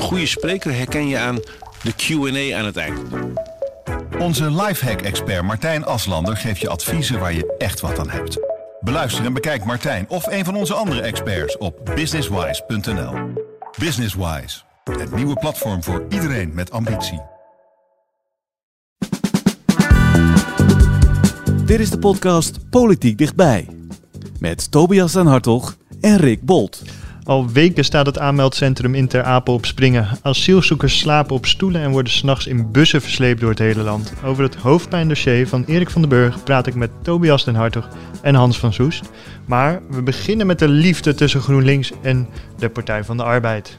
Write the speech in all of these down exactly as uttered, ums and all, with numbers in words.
goede spreker herken je aan de Q en A aan het eind. Onze lifehack-expert Martijn Aslander geeft je adviezen waar je echt wat aan hebt. Beluister en bekijk Martijn of een van onze andere experts op businesswise punt n l. Businesswise, het nieuwe platform voor iedereen met ambitie. Dit is de podcast Politiek Dichtbij. Met Tobias den Hartog en Rick Bolt. Al weken staat het aanmeldcentrum in Ter Apel op springen. Asielzoekers slapen op stoelen en worden 's nachts in bussen versleept door het hele land. Over het hoofdpijndossier van Erik van den Burg praat ik met Tobias den Hartog en Hans van Soest. Maar we beginnen met de liefde tussen GroenLinks en de Partij van de Arbeid.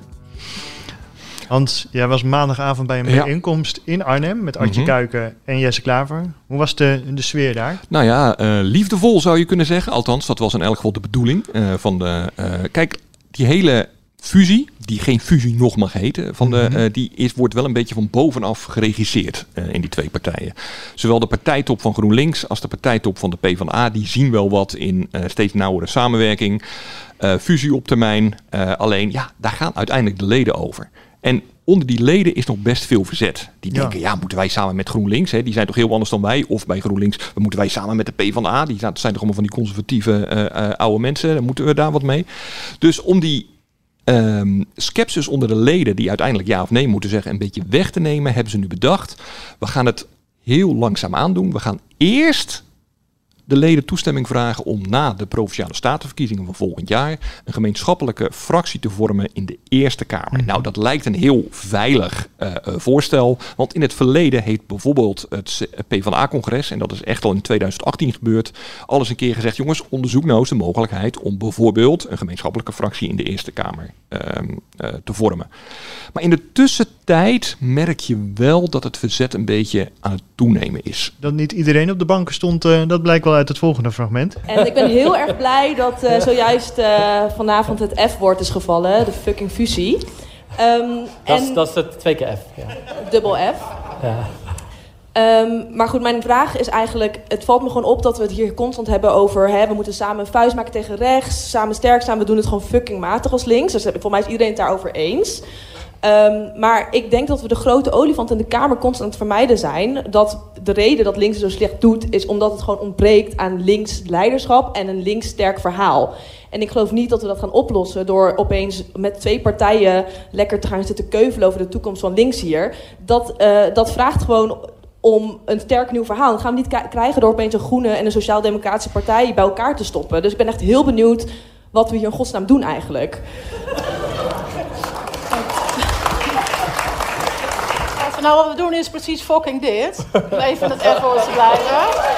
Hans, jij was maandagavond bij een ja. bijeenkomst in Arnhem met Artje Mm-hmm. Kuiken en Jesse Klaver. Hoe was de, de sfeer daar? Nou ja, uh, liefdevol zou je kunnen zeggen. Althans, dat was in elk geval de bedoeling. Uh, van de, uh, kijk, die hele fusie, die geen fusie nog mag heten, van de, Mm-hmm. uh, die is, wordt wel een beetje van bovenaf geregisseerd uh, in die twee partijen. Zowel de partijtop van GroenLinks als de partijtop van de PvdA, die zien wel wat in uh, steeds nauwere samenwerking. Uh, fusie op termijn. Uh, alleen, ja, daar gaan uiteindelijk de leden over. En onder die leden is nog best veel verzet. Die Ja. denken, ja, moeten wij samen met GroenLinks? Hè? Die zijn toch heel anders dan wij? Of bij GroenLinks, moeten wij samen met de PvdA? Die zijn toch allemaal van die conservatieve uh, uh, oude mensen. Dan moeten we daar wat mee. Dus om die um, skepsis onder de leden, die uiteindelijk ja of nee moeten zeggen, een beetje weg te nemen, hebben ze nu bedacht. We gaan het heel langzaam aandoen. We gaan eerst de leden toestemming vragen om na de Provinciale Statenverkiezingen van volgend jaar een gemeenschappelijke fractie te vormen in de Eerste Kamer. Mm-hmm. Nou, dat lijkt een heel veilig uh, uh, voorstel, want in het verleden heeft bijvoorbeeld het PvdA-congres, en dat is echt al in twintig achttien gebeurd, al eens een keer gezegd, jongens, onderzoek nou eens de mogelijkheid om bijvoorbeeld een gemeenschappelijke fractie in de Eerste Kamer uh, uh, te vormen. Maar in de tussentijd merk je wel dat het verzet een beetje aan het toenemen is. Dat niet iedereen op de banken stond, uh, dat blijkt wel uit het volgende fragment. En ik ben heel erg blij dat uh, zojuist uh, vanavond het F-woord is gevallen, de fucking fusie. Um, dat, en is, dat is het twee keer F. Ja. Dubbel F. Ja. Um, maar goed, mijn vraag is eigenlijk, het valt me gewoon op dat we het hier constant hebben over, hè, we moeten samen een vuist maken tegen rechts, samen sterk staan, we doen het gewoon fucking matig als links. Dus volgens mij is iedereen het daarover eens. Um, maar ik denk dat we de grote olifant in de Kamer constant aan het vermijden zijn. Dat de reden dat links het zo slecht doet, is omdat het gewoon ontbreekt aan links leiderschap en een links sterk verhaal. En ik geloof niet dat we dat gaan oplossen door opeens met twee partijen lekker te gaan zitten keuvelen over de toekomst van links hier. Dat, uh, dat vraagt gewoon om een sterk nieuw verhaal. Dat gaan we niet k- krijgen door opeens een groene en een sociaal-democratische partij bij elkaar te stoppen. Dus ik ben echt heel benieuwd wat we hier in godsnaam doen eigenlijk. Nou, wat we doen is precies fucking dit. Om even het F-woord te blijven.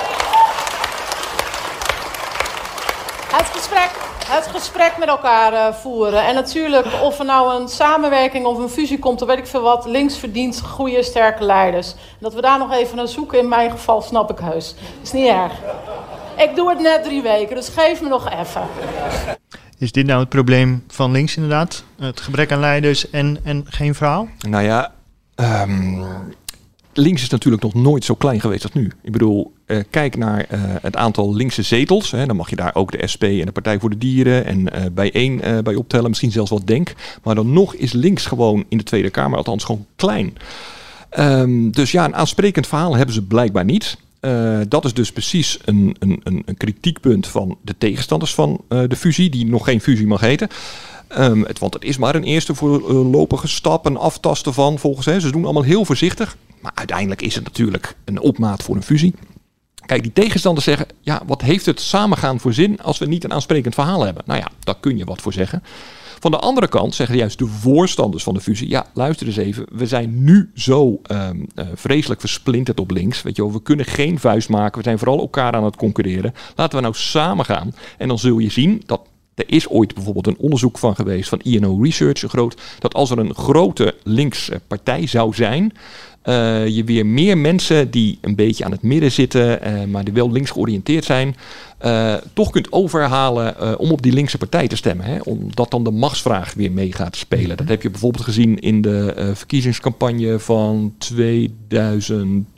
Het gesprek, het gesprek met elkaar uh, voeren. En natuurlijk, of er nou een samenwerking of een fusie komt, dan weet ik veel wat. Links verdient goede, sterke leiders. En dat we daar nog even naar zoeken, in mijn geval, snap ik heus. Is niet erg. Ik doe het net drie weken, dus geef me nog even. Is dit nou het probleem van links inderdaad? Het gebrek aan leiders en, en geen verhaal? Nou ja, Um, links is natuurlijk nog nooit zo klein geweest als nu. Ik bedoel, uh, kijk naar uh, het aantal linkse zetels. Hè, dan mag je daar ook de S P en de Partij voor de Dieren en uh, bij één uh, bij optellen. Misschien zelfs wat Denk. Maar dan nog is links gewoon in de Tweede Kamer althans gewoon klein. Um, dus ja, een aansprekend verhaal hebben ze blijkbaar niet. Uh, dat is dus precies een, een, een, een kritiekpunt van de tegenstanders van uh, de fusie, die nog geen fusie mag heten. Um, het, want het is maar een eerste voorlopige stap, een aftasten van volgens hen. Ze doen allemaal heel voorzichtig. Maar uiteindelijk is het natuurlijk een opmaat voor een fusie. Kijk, die tegenstanders zeggen, ja, wat heeft het samengaan voor zin als we niet een aansprekend verhaal hebben? Nou ja, daar kun je wat voor zeggen. Van de andere kant zeggen juist de voorstanders van de fusie, ja, luister eens even, we zijn nu zo um, uh, vreselijk versplinterd op links. Weet je wel, we kunnen geen vuist maken, we zijn vooral elkaar aan het concurreren. Laten we nou samen gaan. En dan zul je zien dat er is ooit bijvoorbeeld een onderzoek van geweest van I N O Research, een groot, dat als er een grote linkse partij zou zijn, uh, je weer meer mensen die een beetje aan het midden zitten, uh, maar die wel links georiënteerd zijn, uh, toch kunt overhalen uh, om op die linkse partij te stemmen. Hè? Omdat dan de machtsvraag weer mee gaat spelen. Dat heb je bijvoorbeeld gezien in de uh, verkiezingscampagne van tweeduizend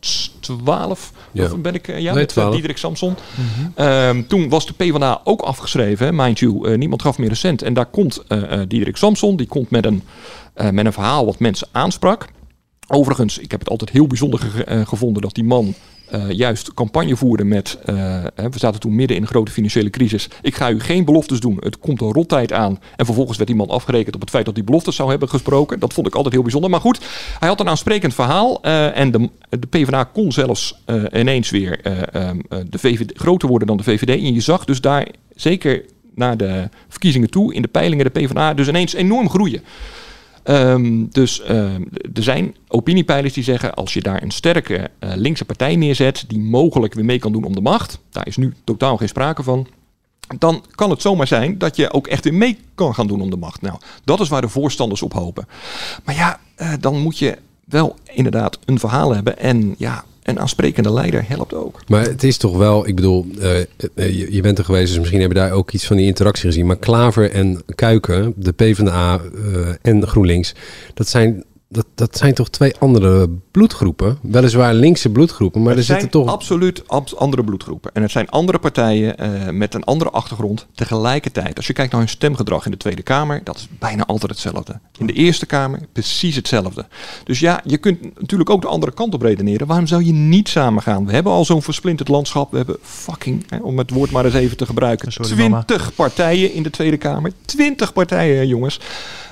twaalf. Ja. Of ben ik, uh, ja, nee, met uh, Diederik Samson. Mm-hmm. Um, toen was de PvdA ook afgeschreven, mind you. Uh, niemand gaf meer een cent. En daar komt uh, uh, Diederik Samson. Die komt met een, uh, met een verhaal wat mensen aansprak. Overigens, ik heb het altijd heel bijzonder ge- uh, gevonden dat die man uh, juist campagne voerde met... Uh, hè, we zaten toen midden in een grote financiële crisis. Ik ga u geen beloftes doen. Het komt een rottijd aan. En vervolgens werd die man afgerekend op het feit dat hij beloftes zou hebben gesproken. Dat vond ik altijd heel bijzonder. Maar goed, hij had een aansprekend verhaal. Uh, en de, de PvdA kon zelfs uh, ineens weer uh, um, uh, de V V D, groter worden dan de V V D. En je zag dus daar zeker naar de verkiezingen toe in de peilingen de PvdA dus ineens enorm groeien. Um, dus uh, er zijn opiniepeilers die zeggen... als je daar een sterke uh, linkse partij neerzet... die mogelijk weer mee kan doen om de macht... daar is nu totaal geen sprake van... dan kan het zomaar zijn dat je ook echt weer mee kan gaan doen om de macht. Nou, dat is waar de voorstanders op hopen. Maar ja, uh, dan moet je wel inderdaad een verhaal hebben... en ja, een aansprekende leider helpt ook. Maar het is toch wel, ik bedoel, uh, je, je bent er geweest, dus misschien hebben daar ook iets van die interactie gezien. Maar Klaver en Kuiken, de PvdA uh, en GroenLinks, dat zijn, dat, dat zijn toch twee andere bloedgroepen? Weliswaar linkse bloedgroepen, maar het er zijn zitten toch... absoluut ab- andere bloedgroepen. En het zijn andere partijen uh, met een andere achtergrond tegelijkertijd. Als je kijkt naar hun stemgedrag in de Tweede Kamer, dat is bijna altijd hetzelfde. In de Eerste Kamer precies hetzelfde. Dus ja, je kunt natuurlijk ook de andere kant op redeneren. Waarom zou je niet samen gaan? We hebben al zo'n versplinterd landschap. We hebben fucking, hè, om het woord maar eens even te gebruiken, twintig partijen in de Tweede Kamer. Twintig partijen, jongens.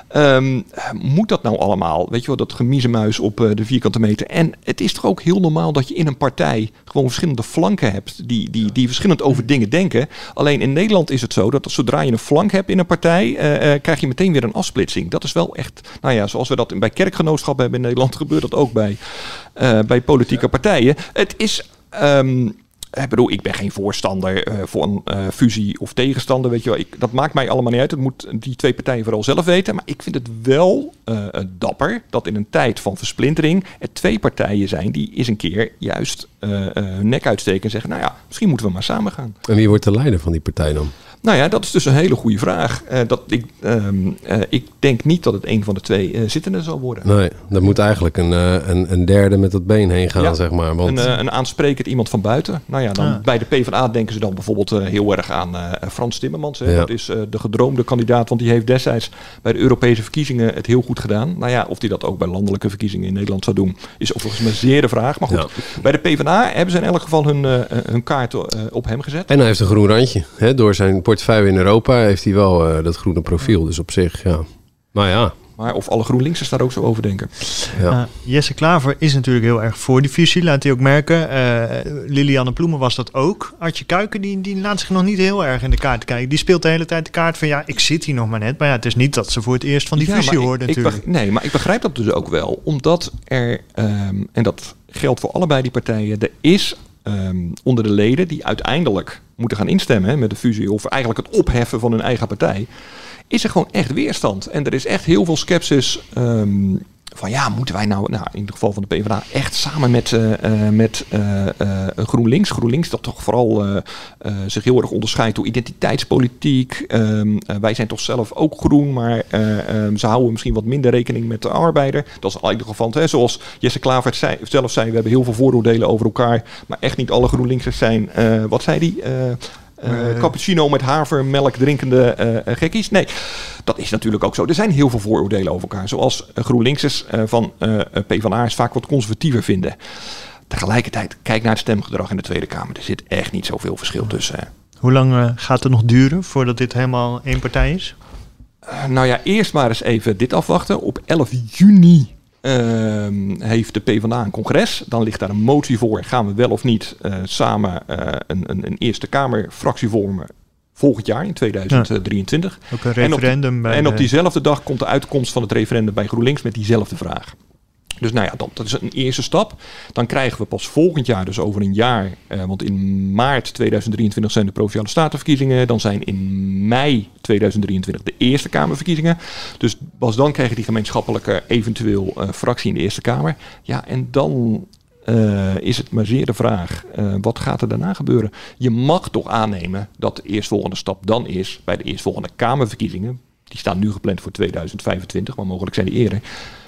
Um, moet dat nou allemaal? Weet je wel, dat gemiezemuis op uh, de vierkante meter. En het is toch ook heel normaal dat je in een partij gewoon verschillende flanken hebt die, die, die verschillend over dingen denken. Alleen in Nederland is het zo dat zodra je een flank hebt in een partij, uh, uh, krijg je meteen weer een afsplitsing. Dat is wel echt, nou ja, zoals we dat bij kerkgenootschappen hebben in Nederland, gebeurt dat ook bij, uh, bij politieke partijen. Het is... Um, Ik bedoel, ik ben geen voorstander uh, voor een uh, fusie of tegenstander. Weet je wel. Ik, dat maakt mij allemaal niet uit. Dat moet die twee partijen vooral zelf weten. Maar ik vind het wel uh, dapper dat in een tijd van versplintering er twee partijen zijn die eens een keer juist uh, uh, hun nek uitsteken en zeggen, nou ja, misschien moeten we maar samen gaan. En wie wordt de leider van die partij dan? Nou ja, dat is dus een hele goede vraag. Uh, dat ik, um, uh, ik denk niet dat het een van de twee uh, zittenden zal worden. Nee, er moet eigenlijk een, uh, een, een derde met dat been heen gaan, ja, zeg maar. Want... Een, uh, een aansprekend iemand van buiten. Nou ja, dan ja. Bij de PvdA denken ze dan bijvoorbeeld uh, heel erg aan uh, Frans Timmermans. Hè. Ja. Dat is uh, de gedroomde kandidaat, want die heeft destijds bij de Europese verkiezingen het heel goed gedaan. Nou ja, of die dat ook bij landelijke verkiezingen in Nederland zou doen, is overigens maar zeer de vraag. Maar goed, ja. Bij de PvdA hebben ze in elk geval hun, uh, hun kaart uh, op hem gezet. En hij heeft een groen randje. Hè? Door zijn portefeuille in Europa heeft hij wel uh, dat groene profiel. Dus op zich, ja. Maar ja. Maar of alle GroenLinksers daar ook zo over denken. Ja. Uh, Jesse Klaver is natuurlijk heel erg voor die fusie, laat hij ook merken. Uh, Lilianne Ploemen was dat ook. Artje Kuiken, die, die laat zich nog niet heel erg in de kaart kijken. Die speelt de hele tijd de kaart van, ja, ik zit hier nog maar net. Maar ja, het is niet dat ze voor het eerst van die ja, fusie hoorde natuurlijk. Ik, nee, maar ik begrijp dat dus ook wel. Omdat er, um, en dat geldt voor allebei die partijen, er is um, onder de leden die uiteindelijk moeten gaan instemmen hè, met de fusie, of eigenlijk het opheffen van hun eigen partij, is er gewoon echt weerstand. En er is echt heel veel scepsis um, van ja, moeten wij nou, nou in het geval van de PvdA, echt samen met, uh, uh, met uh, uh, GroenLinks, GroenLinks dat toch vooral uh, uh, zich heel erg onderscheidt door identiteitspolitiek. Um, uh, wij zijn toch zelf ook groen, maar uh, um, ze houden misschien wat minder rekening met de arbeider. Dat is in ieder geval, hè, zoals Jesse Klaver zei, zelf zei, we hebben heel veel vooroordelen over elkaar, maar echt niet alle GroenLinksers zijn, uh, wat zei die? Uh, Uh, uh, cappuccino met havermelk drinkende uh, gekkies. Nee, dat is natuurlijk ook zo. Er zijn heel veel vooroordelen over elkaar. Zoals uh, GroenLinksers uh, van uh, PvdA'ers vaak wat conservatiever vinden. Tegelijkertijd, kijk naar het stemgedrag in de Tweede Kamer. Er zit echt niet zoveel verschil tussen. Hoe lang uh, gaat het nog duren voordat dit helemaal één partij is? Uh, nou ja, eerst maar eens even dit afwachten. Op elf juni Uh, heeft de PvdA een congres. Dan ligt daar een motie voor. Gaan we wel of niet uh, samen uh, een, een, een Eerste Kamerfractie vormen volgend jaar in tweeduizend drieëntwintig. Ja, ook een referendum. En op, bij en de... op diezelfde dag komt de uitkomst van het referendum bij GroenLinks met diezelfde vraag. Dus nou ja, dat, dat is een eerste stap. Dan krijgen we pas volgend jaar, dus over een jaar, uh, want in maart tweeduizend drieëntwintig zijn de Provinciale Statenverkiezingen. Dan zijn in mei tweeduizend drieëntwintig de Eerste Kamerverkiezingen. Dus pas dan krijgen die gemeenschappelijke eventueel uh, fractie in de Eerste Kamer. Ja, en dan uh, is het maar zeer de vraag, uh, wat gaat er daarna gebeuren? Je mag toch aannemen dat de eerstvolgende stap dan is bij de eerstvolgende Kamerverkiezingen. Die staan nu gepland voor tweeduizend vijfentwintig, maar mogelijk zijn die eerder.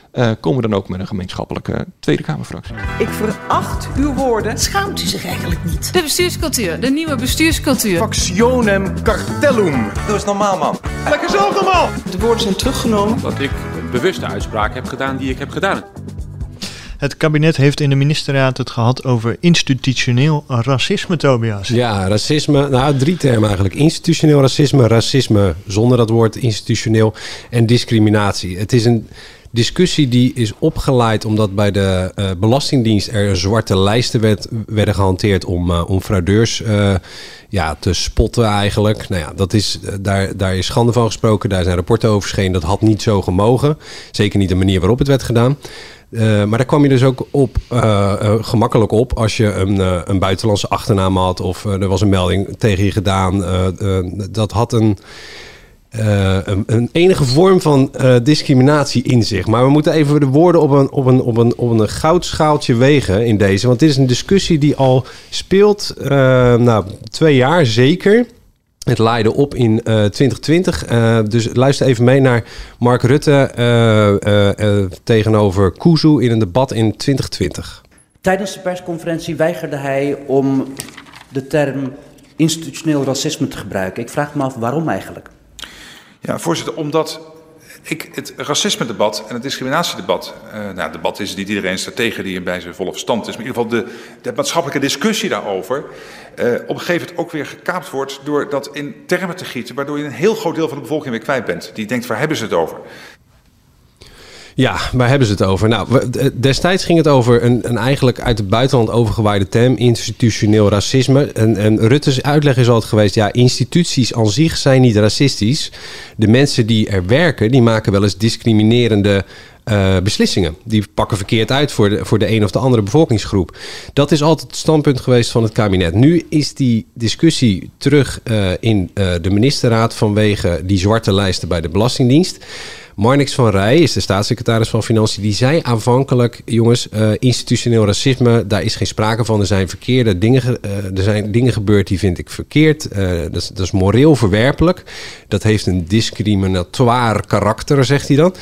uh, komen we dan ook met een gemeenschappelijke Tweede Kamerfractie. Ik veracht uw woorden. Schaamt u zich eigenlijk niet? De bestuurscultuur, de nieuwe bestuurscultuur. Factionem cartellum. Doe eens normaal, man. Lekker zelf normaal. De woorden zijn teruggenomen. Dat ik een bewuste uitspraak heb gedaan die ik heb gedaan. Het kabinet heeft in de ministerraad het gehad over institutioneel racisme, Tobias. Ja, racisme, nou drie termen eigenlijk. Institutioneel racisme, racisme zonder dat woord institutioneel en discriminatie. Het is een discussie die is opgeleid omdat bij de uh, Belastingdienst er zwarte lijsten werd, werden gehanteerd om, uh, om fraudeurs uh, ja, te spotten eigenlijk. Nou ja, dat is, uh, daar, daar is schande van gesproken, daar zijn rapporten over verschenen. Dat had niet zo gemogen. Zeker niet de manier waarop het werd gedaan. Uh, maar daar kwam je dus ook op, uh, uh, gemakkelijk op als je een, uh, een buitenlandse achternaam had of uh, er was een melding tegen je gedaan. Uh, uh, dat had een, uh, een, een enige vorm van uh, discriminatie in zich. Maar we moeten even de woorden op een, op, een, op, een, op een goudschaaltje wegen in deze. Want dit is een discussie die al speelt, uh, nou, twee jaar zeker. Het laaide op in uh, twintig twintig. Uh, dus luister even mee naar Mark Rutte uh, uh, uh, tegenover Kuzu in een debat in twintig twintig. Tijdens de persconferentie weigerde hij om de term institutioneel racisme te gebruiken. Ik vraag me af waarom eigenlijk. Ja, voorzitter, omdat ik het racisme-debat en het discriminatiedebat... Uh, nou, het debat is niet iedereen daartegen die bij zijn volle verstand is... maar in ieder geval de, de maatschappelijke discussie daarover... Uh, op een gegeven moment ook weer gekaapt wordt door dat in termen te gieten... waardoor je een heel groot deel van de bevolking weer kwijt bent. Die denkt, waar hebben ze het over? Ja, waar hebben ze het over? Nou, destijds ging het over een, een eigenlijk uit het buitenland overgewaaide term, institutioneel racisme. En, en Rutte's uitleg is altijd geweest, ja, instituties aan zich zijn niet racistisch. De mensen die er werken, die maken wel eens discriminerende uh, beslissingen. Die pakken verkeerd uit voor de, voor de een of de andere bevolkingsgroep. Dat is altijd het standpunt geweest van het kabinet. Nu is die discussie terug uh, in uh, de ministerraad vanwege die zwarte lijsten bij de Belastingdienst. Marnix van Rij is de staatssecretaris van Financiën. Die zei aanvankelijk, jongens, uh, institutioneel racisme, daar is geen sprake van. Er zijn verkeerde dingen, uh, er zijn dingen gebeurd die vind ik verkeerd. Uh, dat, is, dat is moreel verwerpelijk. Dat heeft een discriminatoire karakter, zegt hij dan.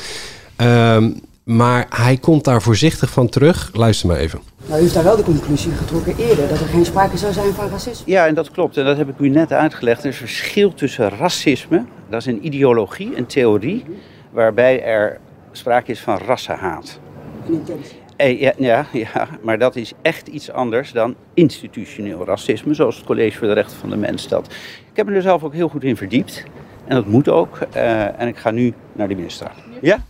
Uh, maar hij komt daar voorzichtig van terug. Luister maar even. Nou, u heeft daar wel de conclusie getrokken eerder dat er geen sprake zou zijn van racisme. Ja, en dat klopt. En dat heb ik u net uitgelegd. Er is een verschil tussen racisme, dat is een ideologie, een theorie, waarbij er sprake is van rassenhaat. Een intentie. Eh, ja, ja, ja, maar dat is echt iets anders dan institutioneel racisme, zoals het College voor de Rechten van de Mens dat. Ik heb me er zelf ook heel goed in verdiept. En dat moet ook. Uh, en ik ga nu naar de minister. Ja?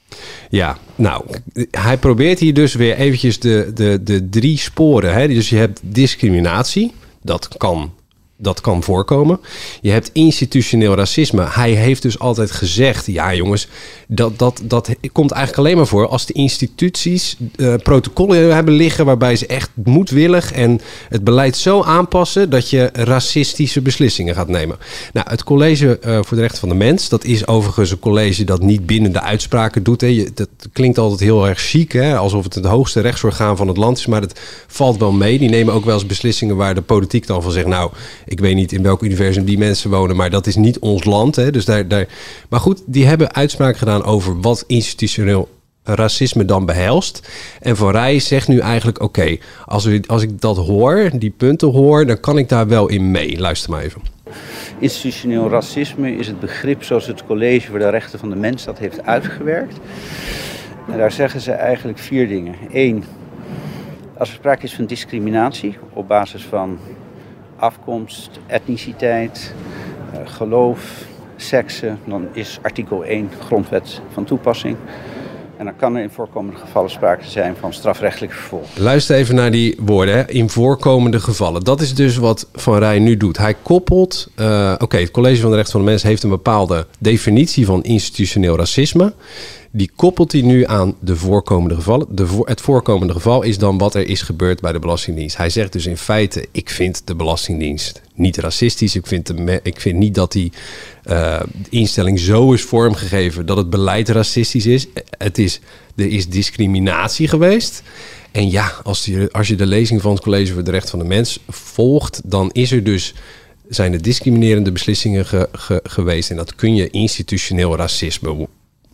Ja, nou, hij probeert hier dus weer eventjes de, de, de drie sporen. Hè? Dus je hebt discriminatie, dat kan... Dat kan voorkomen. Je hebt institutioneel racisme. Hij heeft dus altijd gezegd, ja jongens, dat, dat, dat komt eigenlijk alleen maar voor als de instituties uh, protocollen hebben liggen waarbij ze echt moedwillig en het beleid zo aanpassen dat je racistische beslissingen gaat nemen. Nou, het College uh, voor de Rechten van de Mens, dat is overigens een college dat niet binnen de uitspraken doet. Hè. Je, dat klinkt altijd heel erg chic, hè, alsof het het hoogste rechtsorgaan van het land is, maar dat valt wel mee. Die nemen ook wel eens beslissingen waar de politiek dan van zegt, nou, ik weet niet in welk universum die mensen wonen, maar dat is niet ons land. Hè. Dus daar, daar... Maar goed, die hebben uitspraak gedaan over wat institutioneel racisme dan behelst. En Van Rij zegt nu eigenlijk, oké, okay, als, als ik dat hoor, die punten hoor, dan kan ik daar wel in mee. Luister maar even. Institutioneel racisme is het begrip zoals het College voor de Rechten van de Mens dat heeft uitgewerkt. En daar zeggen ze eigenlijk vier dingen. Eén, als er sprake is van discriminatie op basis van afkomst, etniciteit, geloof, seksen, dan is artikel één grondwet van toepassing. En dan kan er in voorkomende gevallen sprake zijn van strafrechtelijk vervolg. Luister even naar die woorden, hè. In voorkomende gevallen. Dat is dus wat Van Rij nu doet. Hij koppelt, uh, oké, okay, het College van de Rechten van de Mens heeft een bepaalde definitie van institutioneel racisme. Die koppelt hij nu aan de voorkomende gevallen. De voor, het voorkomende geval is dan wat er is gebeurd bij de Belastingdienst. Hij zegt dus in feite, ik vind de Belastingdienst niet racistisch. Ik vind, de, ik vind niet dat die uh, instelling zo is vormgegeven dat het beleid racistisch is. Het is. Er is discriminatie geweest. En ja, als je, als je de lezing van het College voor de Rechten van de Mens volgt, dan is er dus, zijn er discriminerende beslissingen ge, ge, geweest. En dat kun je institutioneel racisme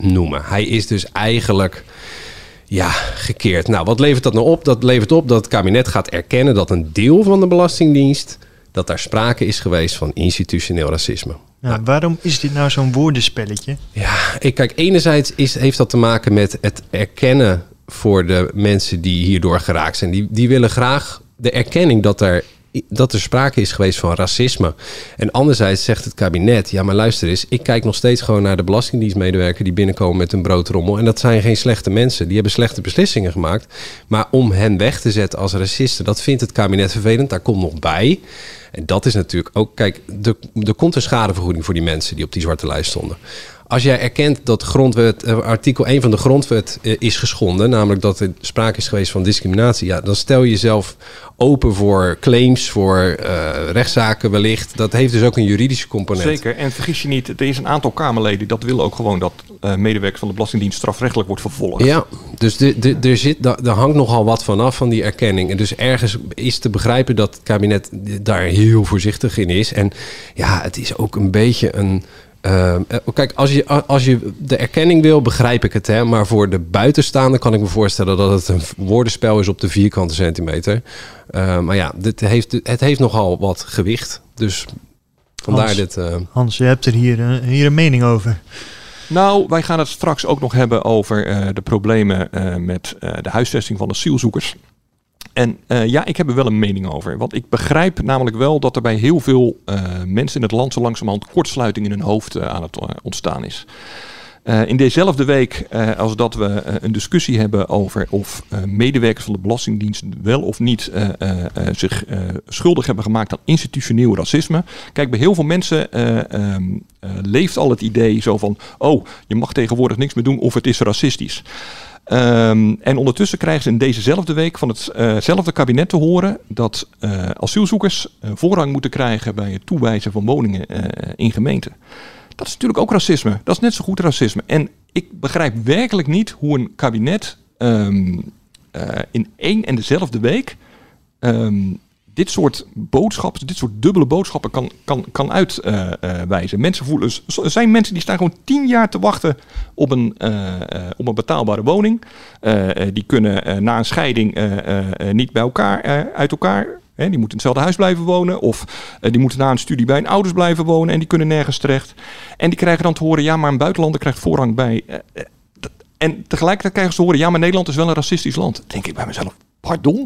noemen. Hij is dus eigenlijk ja, gekeerd. Nou, wat levert dat nou op? Dat levert op dat het kabinet gaat erkennen dat een deel van de Belastingdienst, dat daar sprake is geweest van institutioneel racisme. Ja, nou, waarom is dit nou zo'n woordenspelletje? Ja, ik kijk, enerzijds is, heeft dat te maken met het erkennen voor de mensen die hierdoor geraakt zijn. Die, die willen graag de erkenning dat er, dat er sprake is geweest van racisme. En anderzijds zegt het kabinet, ja maar luister eens, ik kijk nog steeds gewoon naar de belastingdienstmedewerker die binnenkomen met een broodrommel. En dat zijn geen slechte mensen, die hebben slechte beslissingen gemaakt. Maar om hen weg te zetten als racisten, dat vindt het kabinet vervelend. Daar komt nog bij. En dat is natuurlijk ook, kijk, er, er komt een schadevergoeding voor die mensen die op die zwarte lijst stonden. Als jij erkent dat de grondwet, artikel één van de grondwet is geschonden, namelijk dat er sprake is geweest van discriminatie, ja, dan stel je jezelf open voor claims, voor uh, rechtszaken wellicht. Dat heeft dus ook een juridische component. Zeker, en vergis je niet, er is een aantal Kamerleden dat willen ook gewoon dat uh, medewerkers van de Belastingdienst strafrechtelijk wordt vervolgd. Ja, dus de, de, er, zit, er hangt nogal wat vanaf van die erkenning. En dus ergens is te begrijpen dat het kabinet daar heel voorzichtig in is. En ja, het is ook een beetje een Uh, kijk, als je, als je de erkenning wil, begrijp ik het. Hè? Maar voor de buitenstaander kan ik me voorstellen dat het een woordenspel is op de vierkante centimeter. Uh, maar ja, dit heeft, het heeft nogal wat gewicht. Dus vandaar Hans, dit... Uh... Hans, je hebt er hier, uh, hier een mening over. Nou, wij gaan het straks ook nog hebben over uh, de problemen uh, met uh, de huisvesting van asielzoekers. En uh, ja, ik heb er wel een mening over. Want ik begrijp namelijk wel dat er bij heel veel uh, mensen in het land zo langzamerhand kortsluiting in hun hoofd uh, aan het uh, ontstaan is. Uh, in dezelfde week uh, als dat we uh, een discussie hebben over of uh, medewerkers van de Belastingdienst wel of niet uh, uh, uh, zich uh, schuldig hebben gemaakt aan institutioneel racisme. Kijk, bij heel veel mensen uh, um, uh, leeft al het idee zo van, oh, je mag tegenwoordig niks meer doen of het is racistisch. Um, en ondertussen krijgen ze in dezezelfde week van hetzelfde uh, kabinet te horen dat uh, asielzoekers uh, voorrang moeten krijgen bij het toewijzen van woningen uh, in gemeenten. Dat is natuurlijk ook racisme. Dat is net zo goed racisme. En ik begrijp werkelijk niet hoe een kabinet um, uh, in één en dezelfde week um, dit soort boodschappen, dit soort dubbele boodschappen kan, kan, kan uitwijzen. Uh, mensen voelen, er zijn mensen die staan gewoon tien jaar te wachten op een, uh, uh, op een betaalbare woning. Uh, die kunnen uh, na een scheiding uh, uh, niet bij elkaar, uh, uit elkaar. Hè, die moeten in hetzelfde huis blijven wonen. Of uh, die moeten na een studie bij hun ouders blijven wonen en die kunnen nergens terecht. En die krijgen dan te horen, ja, maar een buitenlander krijgt voorrang bij. Uh, uh, en tegelijkertijd krijgen ze te horen, ja, maar Nederland is wel een racistisch land. Dan denk ik bij mezelf, pardon?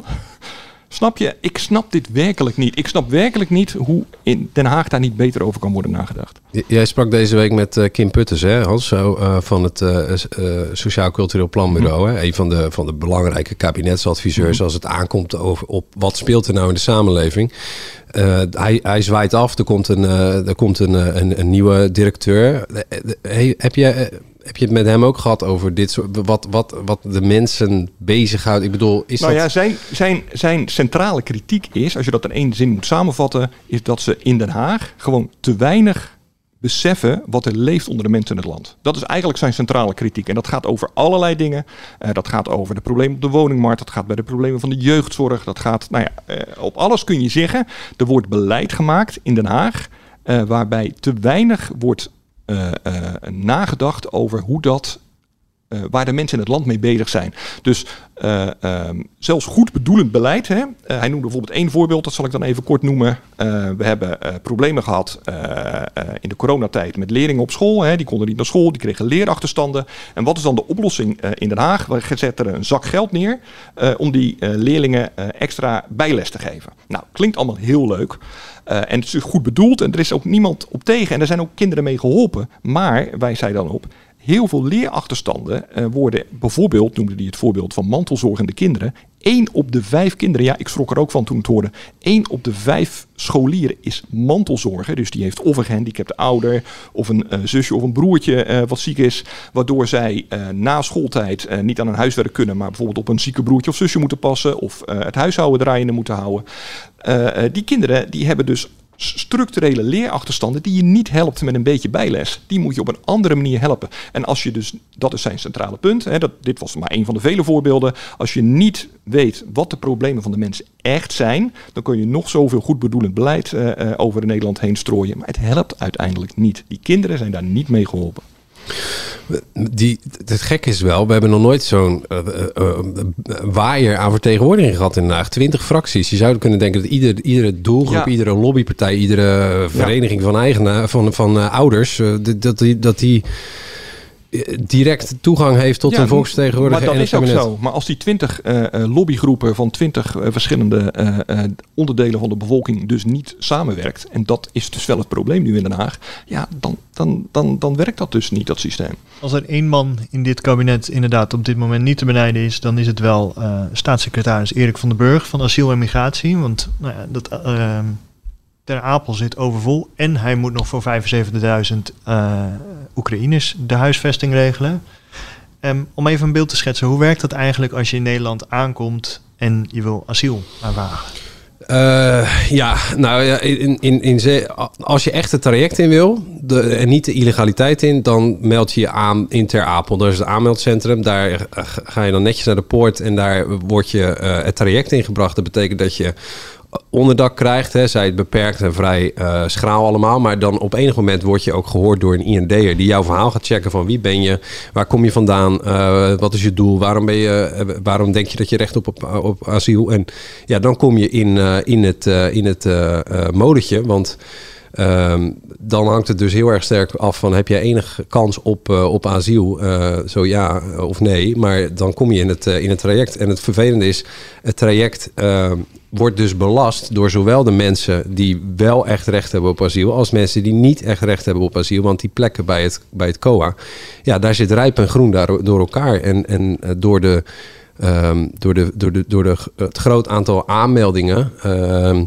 Snap je? Ik snap dit werkelijk niet. Ik snap werkelijk niet hoe in Den Haag daar niet beter over kan worden nagedacht. J- jij sprak deze week met uh, Kim Putters, hè, Hans, zo, uh, van het uh, uh, Sociaal Cultureel Planbureau. Mm-hmm. Hè? Een van de, van de belangrijke kabinetsadviseurs mm-hmm. als het aankomt over, op wat speelt er nou in de samenleving. Uh, hij, hij zwaait af, er komt een, uh, er komt een, een, een nieuwe directeur. Hey, heb je... Uh, Heb je het met hem ook gehad over dit soort, wat, wat, wat de mensen bezighoudt? Ik bedoel, is nou dat... ja, zijn, zijn, zijn centrale kritiek is, als je dat in één zin moet samenvatten, is dat ze in Den Haag gewoon te weinig beseffen wat er leeft onder de mensen in het land. Dat is eigenlijk zijn centrale kritiek. En dat gaat over allerlei dingen. Uh, dat gaat over de problemen op de woningmarkt. Dat gaat bij de problemen van de jeugdzorg. Dat gaat, nou ja, uh, op alles kun je zeggen. Er wordt beleid gemaakt in Den Haag, uh, waarbij te weinig wordt Uh, uh, nagedacht over hoe dat, uh, waar de mensen in het land mee bezig zijn. Dus uh, um, zelfs goed bedoelend beleid. Hè? Uh, hij noemde bijvoorbeeld één voorbeeld, dat zal ik dan even kort noemen. Uh, we hebben uh, problemen gehad uh, uh, in de coronatijd met leerlingen op school. Hè? Die konden niet naar school, die kregen leerachterstanden. En wat is dan de oplossing uh, in Den Haag? We zetten er een zak geld neer uh, om die uh, leerlingen uh, extra bijles te geven. Nou, klinkt allemaal heel leuk. Uh, en het is goed bedoeld en er is ook niemand op tegen. En er zijn ook kinderen mee geholpen. Maar, wij zeiden dan op, heel veel leerachterstanden uh, worden bijvoorbeeld, noemde hij het voorbeeld van mantelzorgende kinderen. Eén op de vijf kinderen, ja, ik schrok er ook van toen het hoorde. Één op de vijf scholieren is mantelzorger. Dus die heeft of een gehandicapte ouder, of een uh, zusje of een broertje uh, wat ziek is. Waardoor zij uh, na schooltijd uh, niet aan een huiswerk kunnen, maar bijvoorbeeld op een zieke broertje of zusje moeten passen. Of uh, het huishouden draaiende moeten houden. Uh, uh, die kinderen die hebben dus structurele leerachterstanden die je niet helpt met een beetje bijles. Die moet je op een andere manier helpen. En als je dus, dat is zijn centrale punt, hè, dat, dit was maar een van de vele voorbeelden. Als je niet weet wat de problemen van de mensen echt zijn, dan kun je nog zoveel goed bedoelend beleid uh, uh, over Nederland heen strooien. Maar het helpt uiteindelijk niet. Die kinderen zijn daar niet mee geholpen. Die, het gekke is wel, we hebben nog nooit zo'n uh, uh, uh, waaier aan vertegenwoordiging gehad in Den Haag. Twintig fracties. Je zou kunnen denken dat ieder, iedere doelgroep, ja. iedere lobbypartij, iedere vereniging ja. van eigenaar, van, van uh, ouders, uh, dat die... Dat die direct toegang heeft tot ja, een volksvertegenwoordiger. Maar dat is ook zo. Maar als die twintig uh, lobbygroepen van twintig uh, verschillende uh, uh, onderdelen van de bevolking dus niet samenwerkt, en dat is dus wel het probleem nu in Den Haag, ja, dan, dan, dan, dan werkt dat dus niet, dat systeem. Als er één man in dit kabinet inderdaad op dit moment niet te benijden is, dan is het wel uh, staatssecretaris Erik van den Burg van Asiel en Migratie. Want nou ja, dat... Uh, Ter Apel zit overvol en hij moet nog voor vijfenzeventigduizend uh, Oekraïners de huisvesting regelen. Um, om even een beeld te schetsen, hoe werkt dat eigenlijk als je in Nederland aankomt en je wil asiel aanvragen? Uh, ja, nou ja, in, in, in ze, als je echt het traject in wil de, en niet de illegaliteit in, dan meld je je aan in Ter Apel. Dat is het aanmeldcentrum. Daar ga je dan netjes naar de poort en daar wordt je uh, het traject ingebracht. Dat betekent dat je onderdak krijgt. Hè. Zij het beperkt en vrij uh, schraal allemaal. Maar dan op enig moment word je ook gehoord door een I N D'er die jouw verhaal gaat checken van wie ben je, waar kom je vandaan, uh, wat is je doel, waarom ben je, uh, waarom denk je dat je recht op, op, op asiel. En ja, dan kom je in, uh, in het, uh, in het uh, uh, modetje, want Um, dan hangt het dus heel erg sterk af van heb jij enige kans op, uh, op asiel, uh, zo ja of nee. Maar dan kom je in het, uh, in het traject. En het vervelende is, het traject uh, wordt dus belast door zowel de mensen die wel echt recht hebben op asiel, als mensen die niet echt recht hebben op asiel. Want die plekken bij het, bij het C O A, ja, daar zit rijp en groen daar, door elkaar. En, en uh, door, de, um, door, de, door, de, door de, het groot aantal aanmeldingen uh,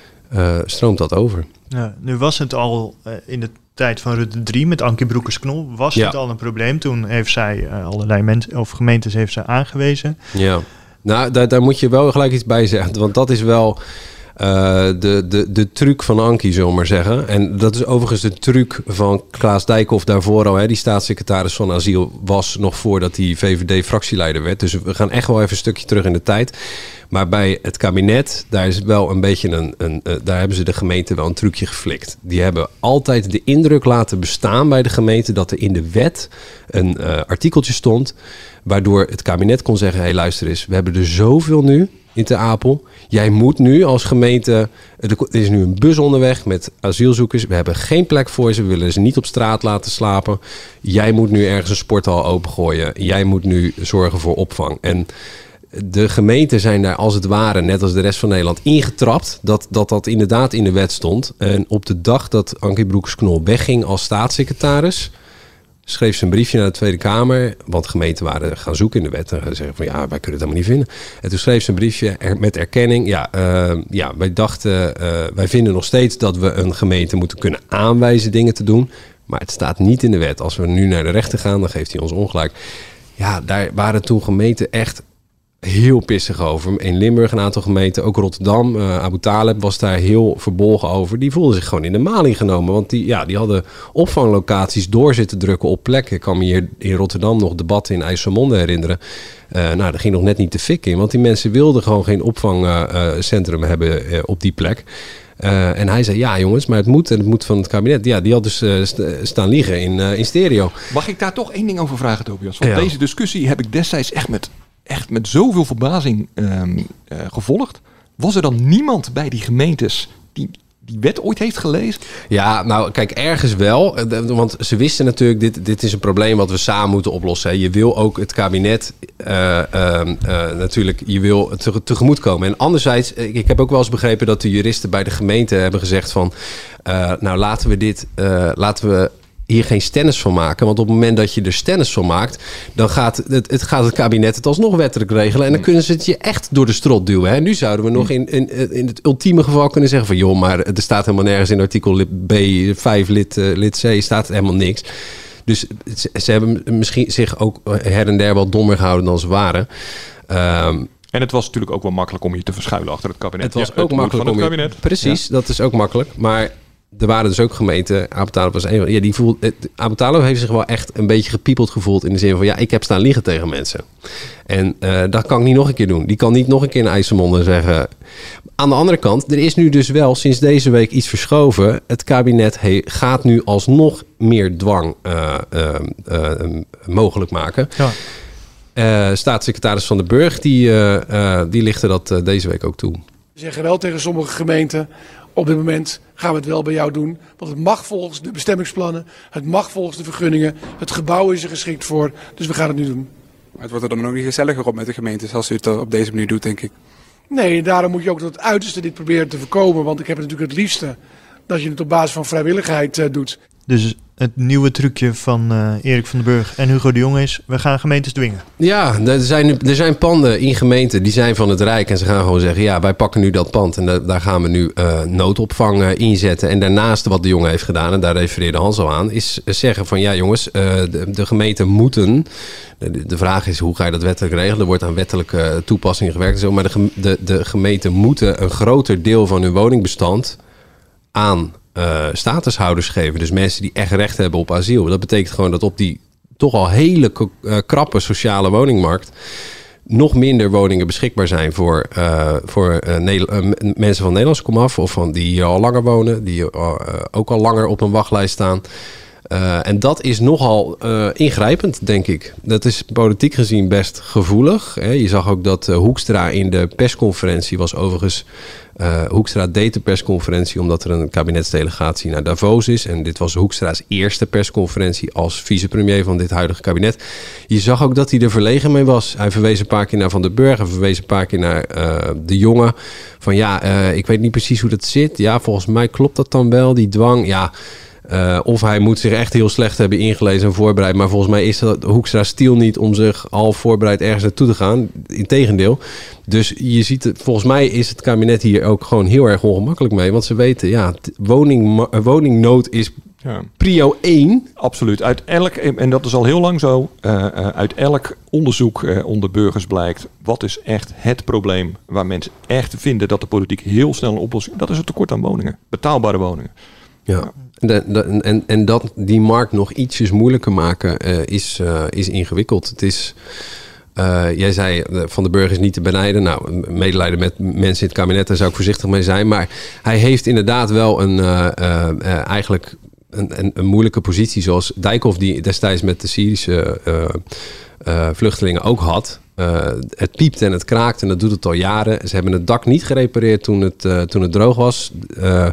uh, stroomt dat over. Ja, nu was het al uh, in de tijd van Rutte drie met Ankie Broekers-Knol was ja. het al een probleem. Toen heeft zij uh, allerlei mensen of gemeentes heeft zij aangewezen. Ja, nou daar, daar moet je wel gelijk iets bij zeggen, want dat is wel uh, de, de, de truc van Ankie, zullen we maar zeggen. En dat is overigens de truc van Klaas Dijkhoff daarvoor al. Hè. Die staatssecretaris van asiel was nog voordat hij V V D-fractieleider werd. Dus we gaan echt wel even een stukje terug in de tijd. Maar bij het kabinet, daar is wel een beetje een, een, uh, daar hebben ze de gemeente wel een trucje geflikt. Die hebben altijd de indruk laten bestaan bij de gemeente dat er in de wet een uh, artikeltje stond, waardoor het kabinet kon zeggen, hé hey, luister eens, we hebben er zoveel nu in Ter Apel. Jij moet nu als gemeente, er is nu een bus onderweg met asielzoekers. We hebben geen plek voor ze, we willen ze niet op straat laten slapen. Jij moet nu ergens een sporthal opengooien. Jij moet nu zorgen voor opvang. En de gemeenten zijn daar als het ware, net als de rest van Nederland, ingetrapt dat dat, dat inderdaad in de wet stond. En op de dag dat Ankie Broekers-Knol wegging als staatssecretaris, schreef ze een briefje naar de Tweede Kamer, want gemeenten waren gaan zoeken in de wet en zeggen van ja, wij kunnen het helemaal niet vinden. En toen schreef ze een briefje er, met erkenning. Ja, uh, ja, wij dachten, uh, wij vinden nog steeds dat we een gemeente moeten kunnen aanwijzen dingen te doen, maar het staat niet in de wet. Als we nu naar de rechter gaan, dan geeft hij ons ongelijk. Ja, daar waren toen gemeenten echt heel pissig over. In Limburg een aantal gemeenten, ook Rotterdam, uh, Abu Talib was daar heel verbolgen over. Die voelden zich gewoon in de maling genomen, want die, ja, die hadden opvanglocaties door zitten drukken op plekken. Ik kan me hier in Rotterdam nog debatten in IJsselmonde herinneren. Uh, nou, daar ging nog net niet de fik in, want die mensen wilden gewoon geen opvangcentrum uh, hebben uh, op die plek. Uh, en hij zei, ja jongens, maar het moet en het moet van het kabinet. Ja, die had dus uh, st- staan liegen in, uh, in stereo. Mag ik daar toch één ding over vragen, Tobias? Want ja. deze discussie heb ik destijds echt met... echt met zoveel verbazing um, uh, gevolgd. Was er dan niemand bij die gemeentes die die wet ooit heeft gelezen? Ja, nou kijk, ergens wel. Want ze wisten natuurlijk, dit, dit is een probleem wat we samen moeten oplossen. Hè. Je wil ook het kabinet uh, uh, uh, natuurlijk, je wil te, tegemoet komen. En anderzijds, ik heb ook wel eens begrepen dat de juristen bij de gemeente hebben gezegd van, uh, nou laten we dit, uh, laten we hier geen stennis van maken. Want op het moment dat je er stennis van maakt, dan gaat het, het, gaat het kabinet het alsnog wettelijk regelen. En dan kunnen ze het je echt door de strot duwen. Hè. Nu zouden we nog in, in, in het ultieme geval kunnen zeggen van, joh, maar er staat helemaal nergens in artikel B vijf lid, uh, lid C staat helemaal niks. Dus ze, ze hebben misschien zich ook her en der wel dommer gehouden dan ze waren. Um, En het was natuurlijk ook wel makkelijk om je te verschuilen achter het kabinet. Het was ja, ook het makkelijk van het om je, kabinet. Precies, ja. Dat is ook makkelijk. Maar er waren dus ook gemeenten, Apeltalo was een van, ja, die voelt, Apeltalo heeft zich wel echt een beetje gepiepeld gevoeld in de zin van, ja, ik heb staan liegen tegen mensen. En uh, dat kan ik niet nog een keer doen. Die kan niet nog een keer in IJsselmonde zeggen. Aan de andere kant, er is nu dus wel sinds deze week iets verschoven. Het kabinet he, gaat nu alsnog meer dwang uh, uh, uh, mogelijk maken. Ja. Uh, staatssecretaris Van den Burg, die, uh, uh, die lichtte dat uh, deze week ook toe. We zeggen wel tegen sommige gemeenten, op dit moment gaan we het wel bij jou doen. Want het mag volgens de bestemmingsplannen, het mag volgens de vergunningen. Het gebouw is er geschikt voor, dus we gaan het nu doen. Maar het wordt er dan ook niet gezelliger op met de gemeentes als u het op deze manier doet, denk ik. Nee, daarom moet je ook tot het uiterste dit proberen te voorkomen. Want ik heb het natuurlijk het liefste dat je het op basis van vrijwilligheid uh, doet. Dus het nieuwe trucje van uh, Erik van den Burg en Hugo de Jonge is, we gaan gemeentes dwingen. Ja, er zijn, er zijn panden in gemeenten die zijn van het Rijk en ze gaan gewoon zeggen, ja, wij pakken nu dat pand en da- daar gaan we nu uh, noodopvang uh, inzetten. En daarnaast wat de Jonge heeft gedaan, en daar refereerde Hans al aan, is zeggen van, ja jongens, uh, de, de gemeenten moeten, de, de vraag is hoe ga je dat wettelijk regelen? Er wordt aan wettelijke toepassingen gewerkt en zo, maar de, de, de gemeenten moeten een groter deel van hun woningbestand aan Uh, statushouders geven. Dus mensen die echt recht hebben op asiel. Dat betekent gewoon dat op die toch al hele uh, krappe sociale woningmarkt nog minder woningen beschikbaar zijn voor, uh, voor uh, ne- uh, mensen van Nederlands komaf of van die hier al langer wonen, die uh, ook al langer op een wachtlijst staan. Uh, en dat is nogal uh, ingrijpend, denk ik. Dat is politiek gezien best gevoelig. Hè. Je zag ook dat uh, Hoekstra in de persconferentie was overigens... Uh, Hoekstra deed de persconferentie omdat er een kabinetsdelegatie naar Davos is. En dit was Hoekstra's eerste persconferentie als vicepremier van dit huidige kabinet. Je zag ook dat hij er verlegen mee was. Hij verwees een paar keer naar Van den Burg. Hij verwees een paar keer naar uh, de Jonge. Van ja, uh, ik weet niet precies hoe dat zit. Ja, volgens mij klopt dat dan wel, die dwang. Ja... Uh, of hij moet zich echt heel slecht hebben ingelezen en voorbereid. Maar volgens mij is dat Hoekstra stiel niet om zich al voorbereid ergens naartoe te gaan. Integendeel. Dus je ziet, het, volgens mij is het kabinet hier ook gewoon heel erg ongemakkelijk mee. Want ze weten, ja, woning, woningnood is ja. prio één. Absoluut. Uit elk, en dat is al heel lang zo, uh, uh, uit elk onderzoek uh, onder burgers blijkt, wat is echt het probleem waar mensen echt vinden dat de politiek heel snel een oplossing... Dat is het tekort aan woningen. Betaalbare woningen. Ja. De, de, en, en dat die markt nog ietsjes moeilijker maken uh, is, uh, is ingewikkeld. Het is, uh, jij zei, Van den Burg is niet te benijden. Nou, medelijden met mensen in het kabinet, daar zou ik voorzichtig mee zijn. Maar hij heeft inderdaad wel een, uh, uh, uh, eigenlijk een, een, een moeilijke positie. Zoals Dijkhoff die destijds met de Syrische uh, uh, vluchtelingen ook had. Uh, het piept en het kraakt en dat doet het al jaren. Ze hebben het dak niet gerepareerd toen het, uh, toen het droog was. Uh,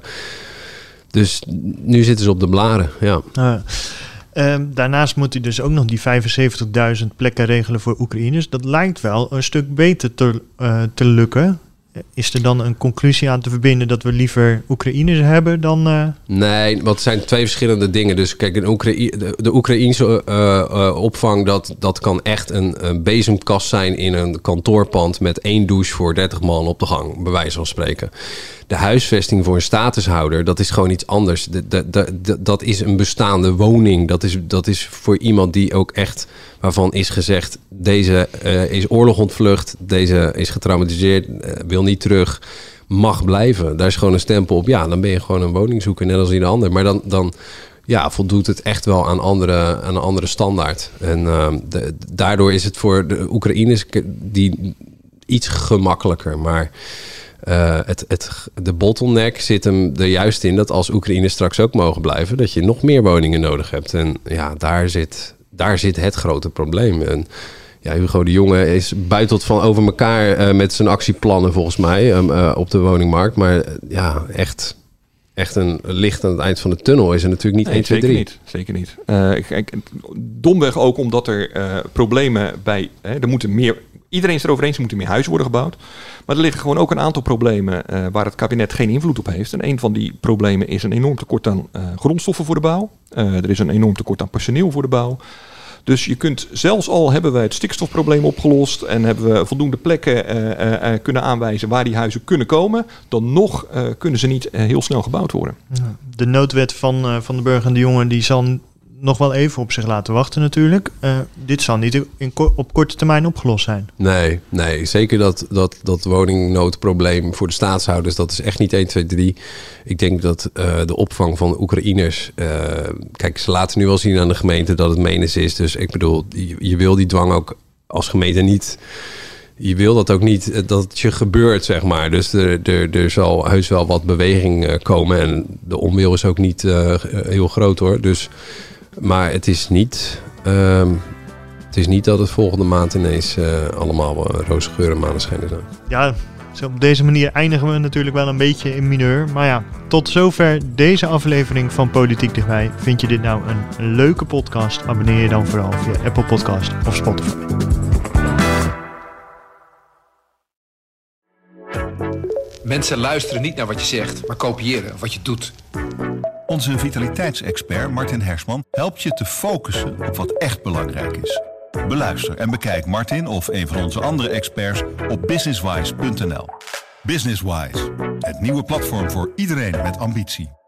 Dus nu zitten ze op de blaren, ja. Uh, uh, daarnaast moet hij dus ook nog die vijfenzeventigduizend plekken regelen voor Oekraïners. Dat lijkt wel een stuk beter te, uh, te lukken. Is er dan een conclusie aan te verbinden dat we liever Oekraïners hebben dan... Uh... Nee, want het zijn twee verschillende dingen. Dus kijk, een Oekraï- de, de Oekraïense uh, uh, opvang, dat, dat kan echt een, een bezemkast zijn in een kantoorpand met één douche voor dertig man op de gang, bij wijze van spreken. De huisvesting voor een statushouder, dat is gewoon iets anders. De, de, de, de, dat is een bestaande woning. Dat is, dat is voor iemand die ook echt, waarvan is gezegd, deze uh, is oorlog ontvlucht, deze is getraumatiseerd, uh, wil niet terug, mag blijven. Daar is gewoon een stempel op. Ja, dan ben je gewoon een woningzoeker, net als ieder ander. Maar dan, dan ja, voldoet het echt wel aan, andere, aan een andere standaard. En uh, de, daardoor is het voor de Oekraïners die iets gemakkelijker, maar... Uh, het, het, de bottleneck zit hem er juist in dat als Oekraïners straks ook mogen blijven, dat je nog meer woningen nodig hebt. En ja, daar zit, daar zit het grote probleem. En ja, Hugo de Jonge is buitelt van over elkaar uh, met zijn actieplannen volgens mij um, uh, op de woningmarkt. Maar uh, ja, echt, echt een licht aan het eind van de tunnel is er natuurlijk niet nee, één, twee, drie. Zeker niet. Zeker niet. Uh, kijk, domweg ook omdat er uh, problemen bij... Hè, er moeten meer... Iedereen is erover eens, er moeten meer huizen worden gebouwd. Maar er liggen gewoon ook een aantal problemen uh, waar het kabinet geen invloed op heeft. En een van die problemen is een enorm tekort aan uh, grondstoffen voor de bouw. Uh, er is een enorm tekort aan personeel voor de bouw. Dus je kunt, zelfs al hebben wij het stikstofprobleem opgelost en hebben we voldoende plekken uh, uh, uh, kunnen aanwijzen waar die huizen kunnen komen, dan nog uh, kunnen ze niet uh, heel snel gebouwd worden. De noodwet van uh, Van den Burg en de Jonge, die zal nog wel even op zich laten wachten natuurlijk. Uh, dit zal niet in ko- op korte termijn opgelost zijn. Nee, nee zeker dat, dat, dat woningnoodprobleem voor de staatshouders, dat is echt niet één, twee, drie. Ik denk dat uh, de opvang van Oekraïners... Uh, kijk, ze laten nu wel zien aan de gemeente dat het menens is. Dus ik bedoel, je, je wil die dwang ook als gemeente niet... Je wil dat ook niet, dat het je gebeurt, zeg maar. Dus er, er, er zal heus wel wat beweging komen. En de onwil is ook niet uh, heel groot, hoor. Dus, maar het is niet... Uh, het is niet dat het volgende maand ineens uh, allemaal uh, roze geur en maneschijnen zijn. Ja, zo op deze manier eindigen we natuurlijk wel een beetje in mineur. Maar ja, tot zover deze aflevering van Politiek Dichtbij. Vind je dit nou een leuke podcast? Abonneer je dan vooral via Apple Podcast of Spotify. Mensen luisteren niet naar wat je zegt, maar kopiëren wat je doet. Onze vitaliteitsexpert Martin Hersman helpt je te focussen op wat echt belangrijk is. Beluister en bekijk Martin of een van onze andere experts op businesswise punt n l. Businesswise, het nieuwe platform voor iedereen met ambitie.